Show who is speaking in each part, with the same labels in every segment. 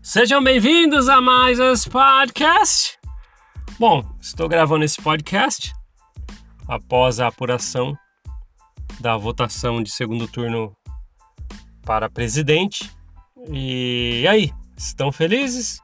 Speaker 1: Sejam bem-vindos a mais esse podcast. Bom, estou gravando esse podcast após a apuração da votação de segundo turno para presidente. E aí, estão felizes?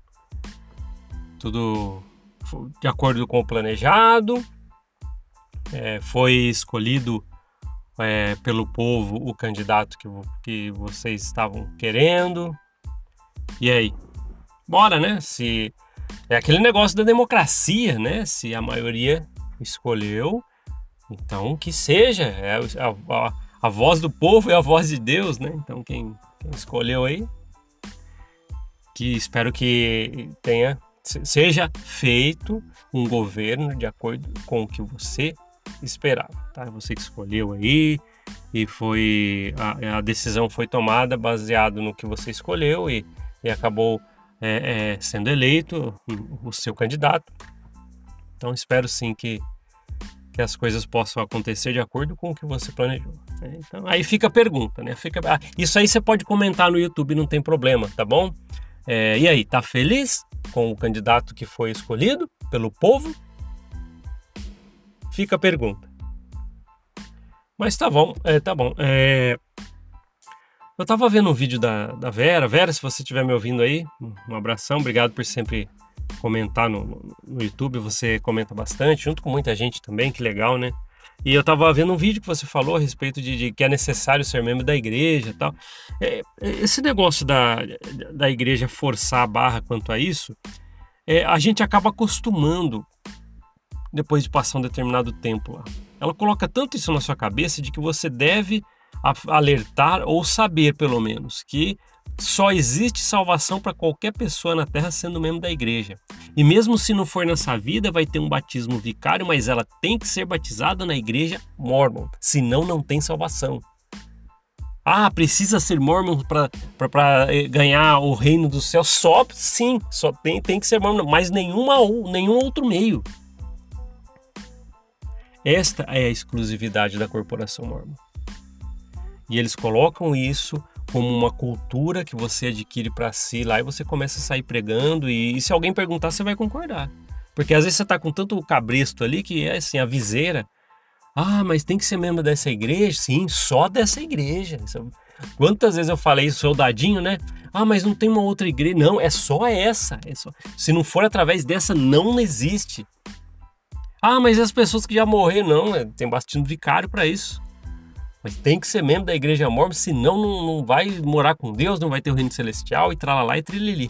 Speaker 1: Tudo de acordo com o planejado? Foi escolhido pelo povo o candidato que vocês estavam querendo? E aí? Bora, né? Se é aquele negócio da democracia, né? Se a maioria escolheu, então que seja. A voz do povo é a voz de Deus, né? Então quem escolheu aí, que espero que seja feito um governo de acordo com o que você esperava, tá? Você que escolheu aí e a decisão foi tomada baseado no que você escolheu e acabou sendo eleito o seu candidato. Então espero sim que as coisas possam acontecer de acordo com o que você planejou. Então, aí fica a pergunta, né? Isso aí você pode comentar no YouTube, não tem problema, tá bom? E aí, tá feliz com o candidato que foi escolhido pelo povo? Fica a pergunta. Mas tá bom, tá bom. Eu tava vendo um vídeo da Vera. Vera, se você estiver me ouvindo aí, um abração, obrigado por sempre comentar no YouTube, você comenta bastante, junto com muita gente também, que legal, né? E eu tava vendo um vídeo que você falou a respeito de que é necessário ser membro da igreja e tal. Esse negócio da igreja forçar a barra quanto a isso, a gente acaba acostumando depois de passar um determinado tempo lá. Ela coloca tanto isso na sua cabeça de que você deve alertar ou saber, pelo menos, que só existe salvação para qualquer pessoa na Terra sendo membro da igreja. E mesmo se não for nessa vida, vai ter um batismo vicário, mas ela tem que ser batizada na igreja Mormon, senão não tem salvação. Precisa ser Mormon para ganhar o reino do céu? Só tem que ser Mormon, mas nenhum outro meio. Esta é a exclusividade da corporação Mormon. E eles colocam isso como uma cultura que você adquire para si lá e você começa a sair pregando e se alguém perguntar, você vai concordar. Porque às vezes você tá com tanto cabresto ali que é assim, a viseira. Mas tem que ser membro dessa igreja? Sim, só dessa igreja. Quantas vezes eu falei isso, soldadinho, né? Mas não tem uma outra igreja. Não, é só essa. Se não for através dessa, não existe. Mas as pessoas que já morreram, não, tem bastante vicário para isso. Mas tem que ser membro da igreja Mormon, senão não vai morar com Deus, não vai ter o reino celestial e tralalá e trilili.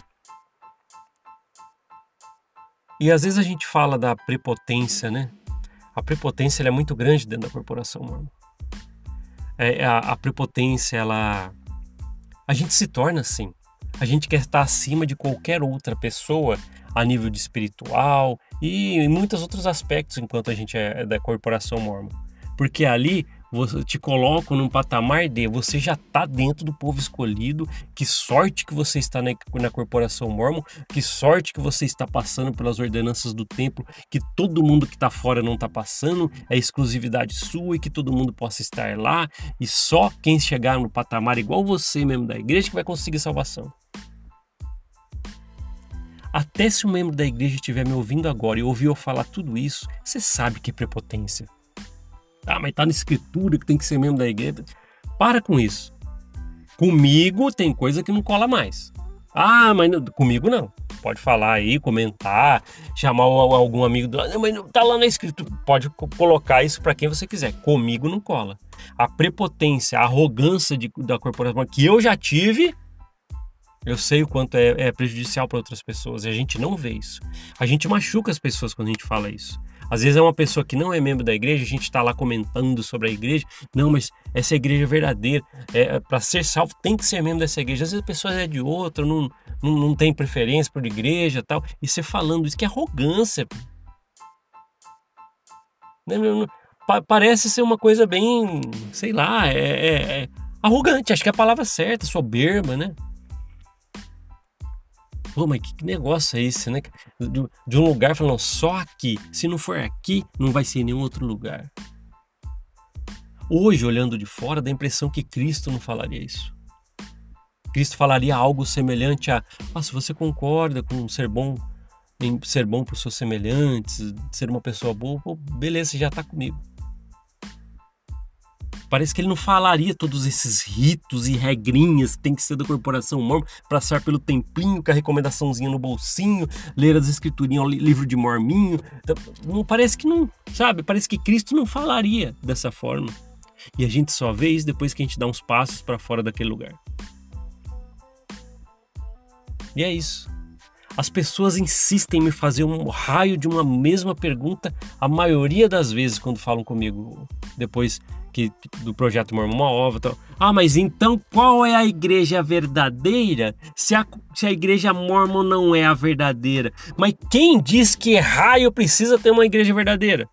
Speaker 1: E às vezes a gente fala da prepotência, né? A prepotência ela é muito grande dentro da corporação Mormon. A prepotência, a gente se torna assim. A gente quer estar acima de qualquer outra pessoa a nível de espiritual e em muitos outros aspectos enquanto a gente é da corporação Mormon. Porque ali você te coloca num patamar de você já está dentro do povo escolhido. Que sorte que você está na corporação Mormon, que sorte que você está passando pelas ordenanças do templo, que todo mundo que está fora não está passando, é exclusividade sua e que todo mundo possa estar lá e só quem chegar no patamar igual você mesmo da igreja que vai conseguir salvação. Até se um membro da igreja estiver me ouvindo agora e ouvir eu falar tudo isso, você sabe que é prepotência. Mas tá na escritura que tem que ser membro da igreja. Para com isso. Comigo tem coisa que não cola mais. Mas não, comigo não. Pode falar aí, comentar, chamar algum amigo. Mas não tá lá na escritura. Pode colocar isso para quem você quiser. Comigo não cola. A prepotência, a arrogância da corporação que eu já tive, eu sei o quanto é prejudicial para outras pessoas. E a gente não vê isso. A gente machuca as pessoas quando a gente fala isso. Às vezes é uma pessoa que não é membro da igreja, a gente está lá comentando sobre a igreja. Não, mas essa igreja é verdadeira. Para ser salvo tem que ser membro dessa igreja. Às vezes a pessoa é de outra, não tem preferência por igreja e tal. E você falando isso, que é arrogância. Parece ser uma coisa bem, sei lá, arrogante. Acho que é a palavra certa, soberba, né? Mas que negócio é esse, né? De um lugar falando só aqui. Se não for aqui, não vai ser em nenhum outro lugar. Hoje, olhando de fora, dá a impressão que Cristo não falaria isso. Cristo falaria algo semelhante a: se você concorda com ser bom, em ser bom para os seus semelhantes, ser uma pessoa boa, pô, beleza, você já está comigo. Parece que ele não falaria todos esses ritos e regrinhas que tem que ser da corporação Mórmon, passar pelo templinho com a recomendaçãozinha no bolsinho, ler as escriturinhas, livro de Morminho. Então, não, parece que não, sabe? Parece que Cristo não falaria dessa forma. E a gente só vê isso depois que a gente dá uns passos para fora daquele lugar. E é isso. As pessoas insistem em me fazer um raio de uma mesma pergunta a maioria das vezes quando falam comigo, depois do Projeto Mormon Uma Ova e tal. Mas então qual é a igreja verdadeira se a igreja Mormon não é a verdadeira? Mas quem diz que raio precisa ter uma igreja verdadeira?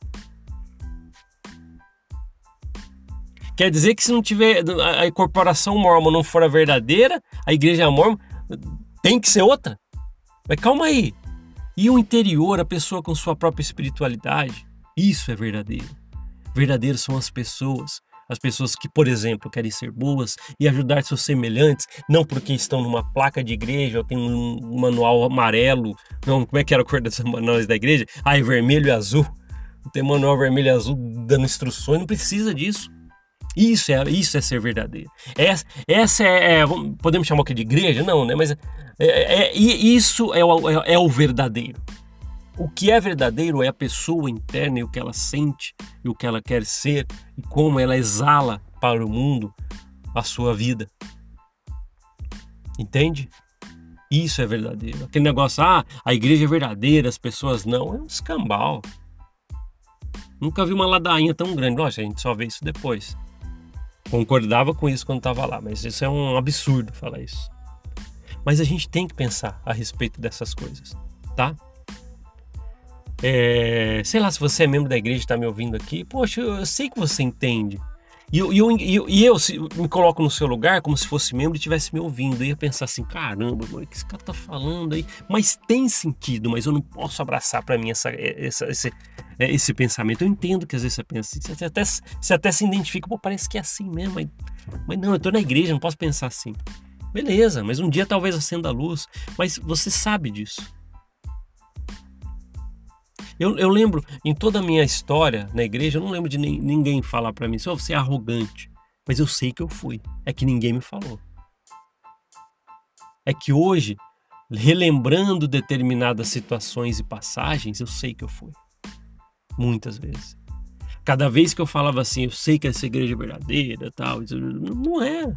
Speaker 1: Quer dizer que se não tiver, a corporação Mormon não for a verdadeira, a igreja Mormon tem que ser outra? Mas calma aí. E o interior, a pessoa com sua própria espiritualidade? Isso é verdadeiro. Verdadeiros são as pessoas que, por exemplo, querem ser boas e ajudar seus semelhantes, não porque estão numa placa de igreja ou tem um manual amarelo. Não, como é que era a cor desses manuais da igreja? É vermelho e azul. Tem manual vermelho e azul dando instruções, não precisa disso. Isso é ser verdadeiro. Essa é podemos chamar aqui de igreja? Não, né? Mas isso é o verdadeiro. O que é verdadeiro é a pessoa interna e o que ela sente e o que ela quer ser e como ela exala para o mundo a sua vida. Entende? Isso é verdadeiro. Aquele negócio, a igreja é verdadeira, as pessoas não, é um escambau. Nunca vi uma ladainha tão grande. Nossa, a gente só vê isso depois. Concordava com isso quando estava lá, mas isso é um absurdo falar isso. Mas a gente tem que pensar a respeito dessas coisas, tá? Sei lá, se você é membro da igreja e está me ouvindo aqui, poxa, eu sei que você entende. E eu me coloco no seu lugar como se fosse membro e estivesse me ouvindo. Eu ia pensar assim, caramba, o que esse cara tá falando aí? Mas tem sentido, mas eu não posso abraçar para mim esse pensamento. Eu entendo que às vezes você pensa assim, você até se identifica, parece que é assim mesmo. Mas não, eu tô na igreja, não posso pensar assim. Beleza, mas um dia talvez acenda a luz. Mas você sabe disso. Eu lembro, em toda a minha história na igreja, eu não lembro de ninguém falar para mim, você é arrogante. Mas eu sei que eu fui. É que ninguém me falou. É que hoje, relembrando determinadas situações e passagens, eu sei que eu fui. Muitas vezes. Cada vez que eu falava assim, eu sei que essa igreja é verdadeira, tal, não é.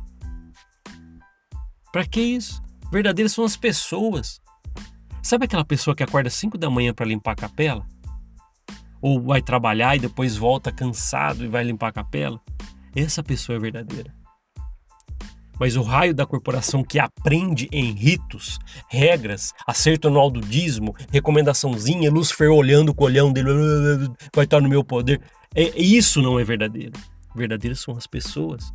Speaker 1: Para que isso? Verdadeiras são as pessoas. Sabe aquela pessoa que acorda às 5 da manhã para limpar a capela? Ou vai trabalhar e depois volta cansado e vai limpar a capela? Essa pessoa é verdadeira. Mas o raio da corporação que aprende em ritos, regras, acerto anual do dízimo, recomendaçãozinha, Lúcifer olhando com o olhão dele, vai estar no meu poder. Isso não é verdadeiro. Verdadeiras são as pessoas.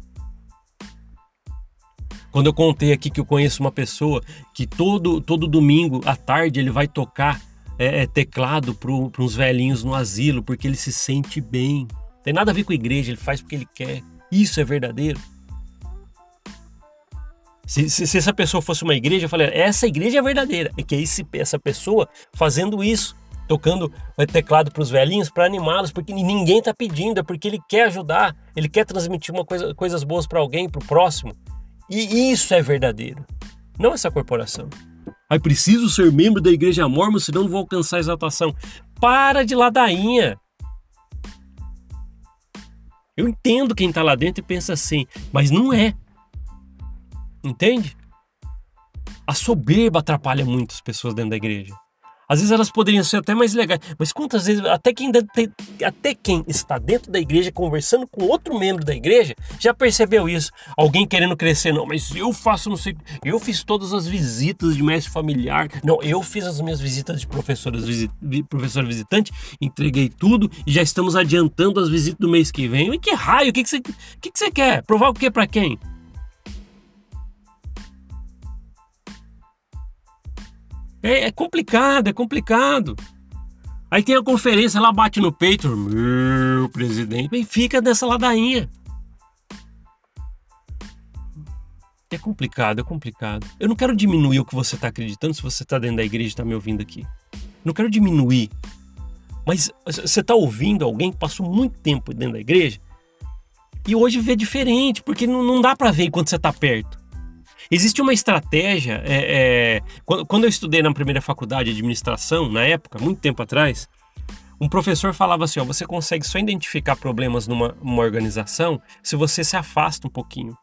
Speaker 1: Quando eu contei aqui que eu conheço uma pessoa que todo domingo à tarde ele vai tocar teclado para uns velhinhos no asilo, porque ele se sente bem. Tem nada a ver com a igreja, ele faz porque ele quer. Isso é verdadeiro. Se essa pessoa fosse uma igreja, eu falei, essa igreja é verdadeira. É que essa pessoa fazendo isso, tocando teclado para os velhinhos, para animá-los, porque ninguém está pedindo, é porque ele quer ajudar, ele quer transmitir coisas boas para alguém, para o próximo. E isso é verdadeiro, não essa corporação. Preciso ser membro da igreja Mormon, senão não vou alcançar a exaltação. Para de ladainha. Eu entendo quem está lá dentro e pensa assim, mas não é. Entende? A soberba atrapalha muito as pessoas dentro da igreja. Às vezes elas poderiam ser até mais legais, mas quantas vezes até quem está dentro da igreja conversando com outro membro da igreja já percebeu isso. Alguém querendo crescer, não, mas eu faço não sei, eu fiz todas as visitas de mestre familiar, não, eu fiz as minhas visitas de professor visitante, entreguei tudo e já estamos adiantando as visitas do mês que vem. E que raio, o que você quer? Provar o que para quem? É complicado. Aí tem a conferência, ela bate no peito, meu presidente, e fica nessa ladainha. É complicado, é complicado. Eu não quero diminuir o que você está acreditando se você está dentro da igreja e está me ouvindo aqui. Não quero diminuir. Mas você está ouvindo alguém que passou muito tempo dentro da igreja e hoje vê diferente, porque não dá para ver enquanto você está perto. Existe uma estratégia. Quando eu estudei na primeira faculdade de administração, na época, muito tempo atrás, um professor falava assim: ó, você consegue só identificar problemas numa organização se você se afasta um pouquinho.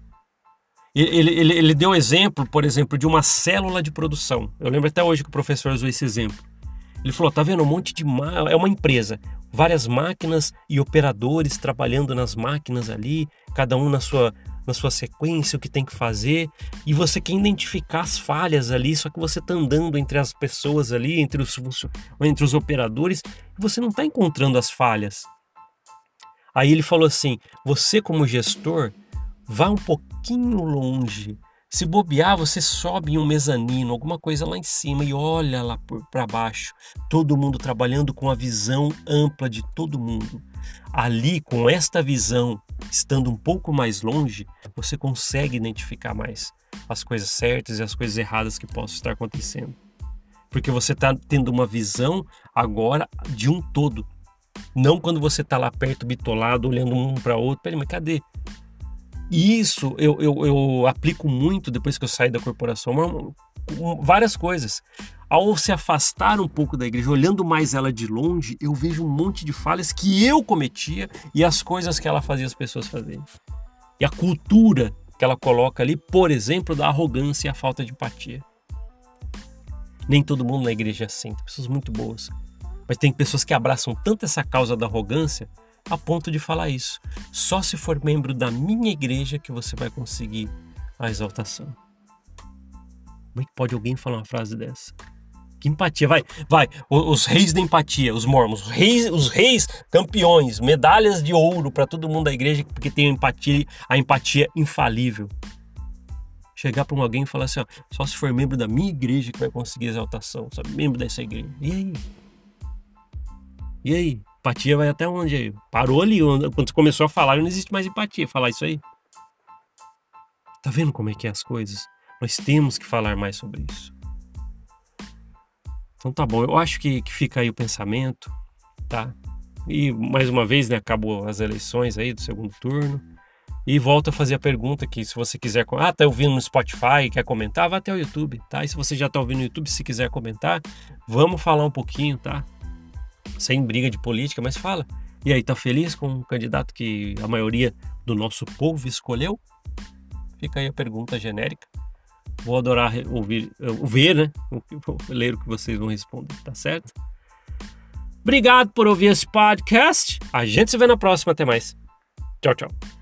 Speaker 1: Ele deu exemplo, por exemplo, de uma célula de produção. Eu lembro até hoje que o professor usou esse exemplo. Ele falou: tá vendo um monte de... É uma empresa, várias máquinas e operadores trabalhando nas máquinas ali, cada um na sua sequência, o que tem que fazer, e você quer identificar as falhas ali, só que você tá andando entre as pessoas ali, entre os operadores, e você não tá encontrando as falhas. Aí ele falou assim: você como gestor, vá um pouquinho longe. Se bobear, você sobe em um mezanino, alguma coisa lá em cima e olha lá para baixo. Todo mundo trabalhando com a visão ampla de todo mundo. Ali, com esta visão, estando um pouco mais longe, você consegue identificar mais as coisas certas e as coisas erradas que possam estar acontecendo. Porque você está tendo uma visão agora de um todo. Não quando você está lá perto, bitolado, olhando um para o outro. Peraí, mas cadê? E isso eu aplico muito depois que eu saí da corporação, várias coisas. Ao se afastar um pouco da igreja, olhando mais ela de longe, eu vejo um monte de falhas que eu cometia e as coisas que ela fazia as pessoas fazerem. E a cultura que ela coloca ali, por exemplo, da arrogância e a falta de empatia. Nem todo mundo na igreja é assim, tem pessoas muito boas. Mas tem pessoas que abraçam tanto essa causa da arrogância a ponto de falar isso: só se for membro da minha igreja que você vai conseguir a exaltação. Como é que pode alguém falar uma frase dessa? Que empatia, vai, os reis da empatia, os mormons, os reis campeões, medalhas de ouro para todo mundo da igreja, porque tem a empatia infalível. Chegar para alguém e falar assim: ó, só se for membro da minha igreja que vai conseguir a exaltação, só membro dessa igreja. E aí? E aí? Empatia vai até onde aí? Parou ali, quando você começou a falar, não existe mais empatia, falar isso aí. Tá vendo como é que é as coisas? Nós temos que falar mais sobre isso. Então tá bom, eu acho que fica aí o pensamento, tá? E mais uma vez, né, acabou as eleições aí do segundo turno. E volto a fazer a pergunta que se você quiser... tá ouvindo no Spotify e quer comentar, vá até o YouTube, tá? E se você já tá ouvindo no YouTube, se quiser comentar, vamos falar um pouquinho, tá? Sem briga de política, mas fala. E aí, tá feliz com o candidato que a maioria do nosso povo escolheu? Fica aí a pergunta genérica. Vou adorar ver, né? Ler o que vocês vão responder, tá certo? Obrigado por ouvir esse podcast. A gente se vê na próxima. Até mais. Tchau, tchau.